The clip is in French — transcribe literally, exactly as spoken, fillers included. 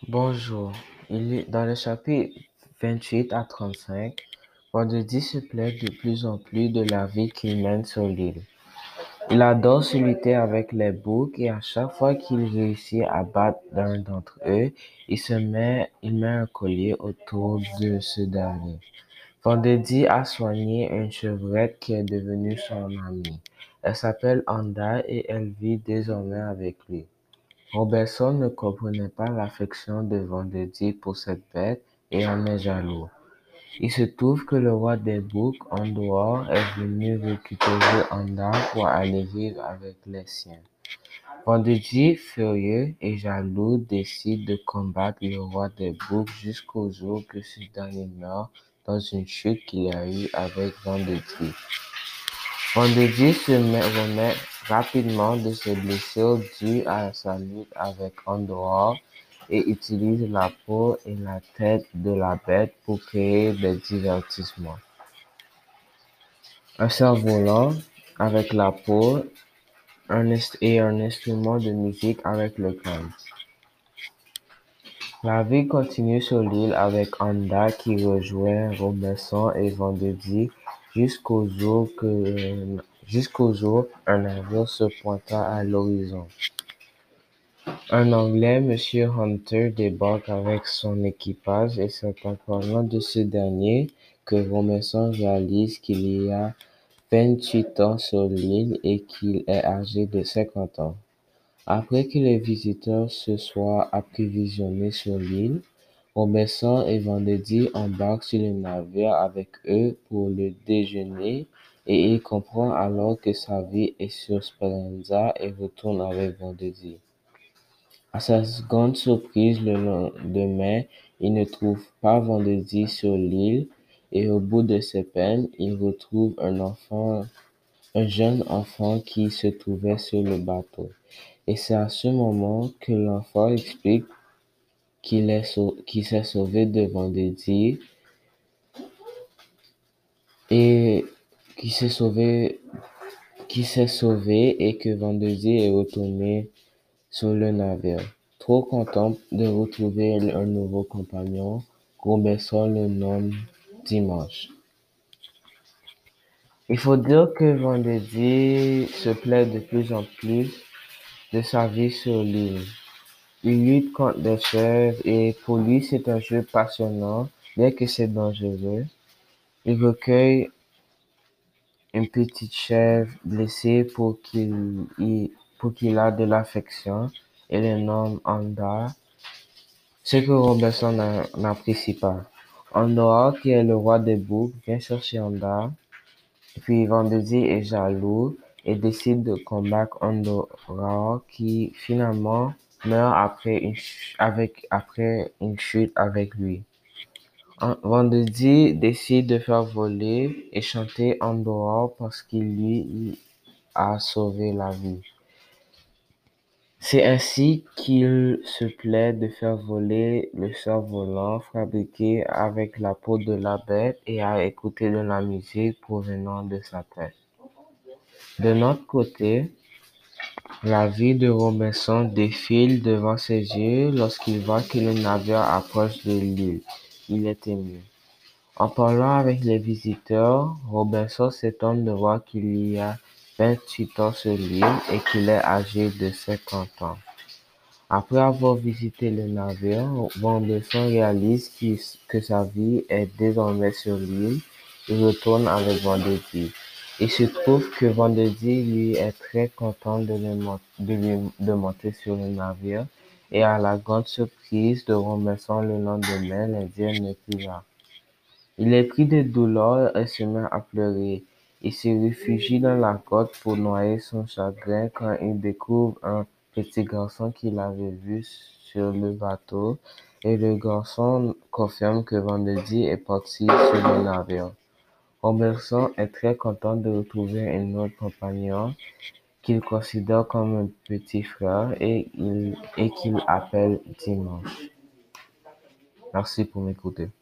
Bonjour. Il est dans le chapitre vingt-huit à trente-cinq, Vendredi se plaint de plus en plus de la vie qu'il mène sur l'île. Il adore se lutter avec les boucs et à chaque fois qu'il réussit à battre l'un d'entre eux, il se met, il met un collier autour de ce dernier. Vendredi a soigné une chevrette qui est devenue son amie. Elle s'appelle Anda et elle vit désormais avec lui. Robinson ne comprenait pas l'affection de Vendredi pour cette bête et en est jaloux. Il se trouve que le roi des boucs, en dehors, est venu récupérer Anda pour aller vivre avec les siens. Vendredi, furieux et jaloux, décide de combattre le roi des boucs jusqu'au jour que ce dernier meurt dans une chute qu'il a eue avec Vendredi. Vendredi se remet rapidement de ses blessures dues à sa lutte avec Andorre et utilise la peau et la tête de la bête pour créer des divertissements. Un cerf-volant avec la peau un et un instrument de musique avec le crâne. La vie continue sur l'île avec Anda qui rejoint Robinson et Vendredi jusqu'au jour que jusqu'au jour un navire se pointa à l'horizon. Un Anglais, Monsieur Hunter, débarque avec son équipage et c'est en parlant de ce dernier que Robinson réalise qu'il y a vingt-huit ans sur l'île et qu'il est âgé de cinquante ans. Après que les visiteurs se soient approvisionnés sur l'île, Robinson et Vendredi embarquent sur le navire avec eux pour le déjeuner et il comprend alors que sa vie est sur Speranza et retourne avec Vendredi. À sa seconde surprise, le lendemain, il ne trouve pas Vendredi sur l'île et au bout de ses peines, il retrouve un enfant, un jeune enfant qui se trouvait sur le bateau. Et c'est à ce moment que l'enfant explique qu'il est sau- qu'il s'est sauvé de Vendredi et qu'il s'est sauvé, qu'il s'est sauvé et que Vendredi est retourné sur le navire. Trop content de retrouver un nouveau compagnon, Robinson le nomme Dimanche. Il faut dire que Vendredi se plaît de plus en plus de sa vie sur l'île. Il lutte contre des chèvres et pour lui c'est un jeu passionnant, bien que c'est dangereux. Il recueille une petite chèvre blessée pour qu'il y- pour qu'il a de l'affection et le nomme Anda, ce que Robinson n'a- n'apprécie pas. Andorra, qui est le roi des boucs, vient chercher Anda, puis Vendredi est jaloux et décide de combattre Andorra, qui finalement meurt après une, ch- avec, après une chute avec lui. Un- Vendredi décide de faire voler et chanter Andorra parce qu'il lui a sauvé la vie. C'est ainsi qu'il se plaît de faire voler le cerf-volant fabriqué avec la peau de la bête et à écouter de la musique provenant de sa tête. De notre côté, la vie de Robinson défile devant ses yeux lorsqu'il voit que le navire approche de l'île. Il est ému. En parlant avec les visiteurs, Robinson s'étonne de voir qu'il y a vingt-huit ans sur l'île et qu'il est âgé de cinquante ans. Après avoir visité le navire, Robinson réalise qu'il- que sa vie est désormais sur l'île et retourne avec Vendredi. Il se trouve que Vendredi lui est très content de, le mon- de, lui- de monter sur le navire et à la grande surprise de Robinson le lendemain, l'Indien n'est plus là. Il est pris de douleur et se met à pleurer. Il se réfugie dans la grotte pour noyer son chagrin quand il découvre un petit garçon qu'il avait vu sur le bateau et le garçon confirme que Vendredi est parti sur le navire. Robinson est très content de retrouver un autre compagnon qu'il considère comme un petit frère et il- et qu'il appelle Dimanche. Merci pour m'écouter.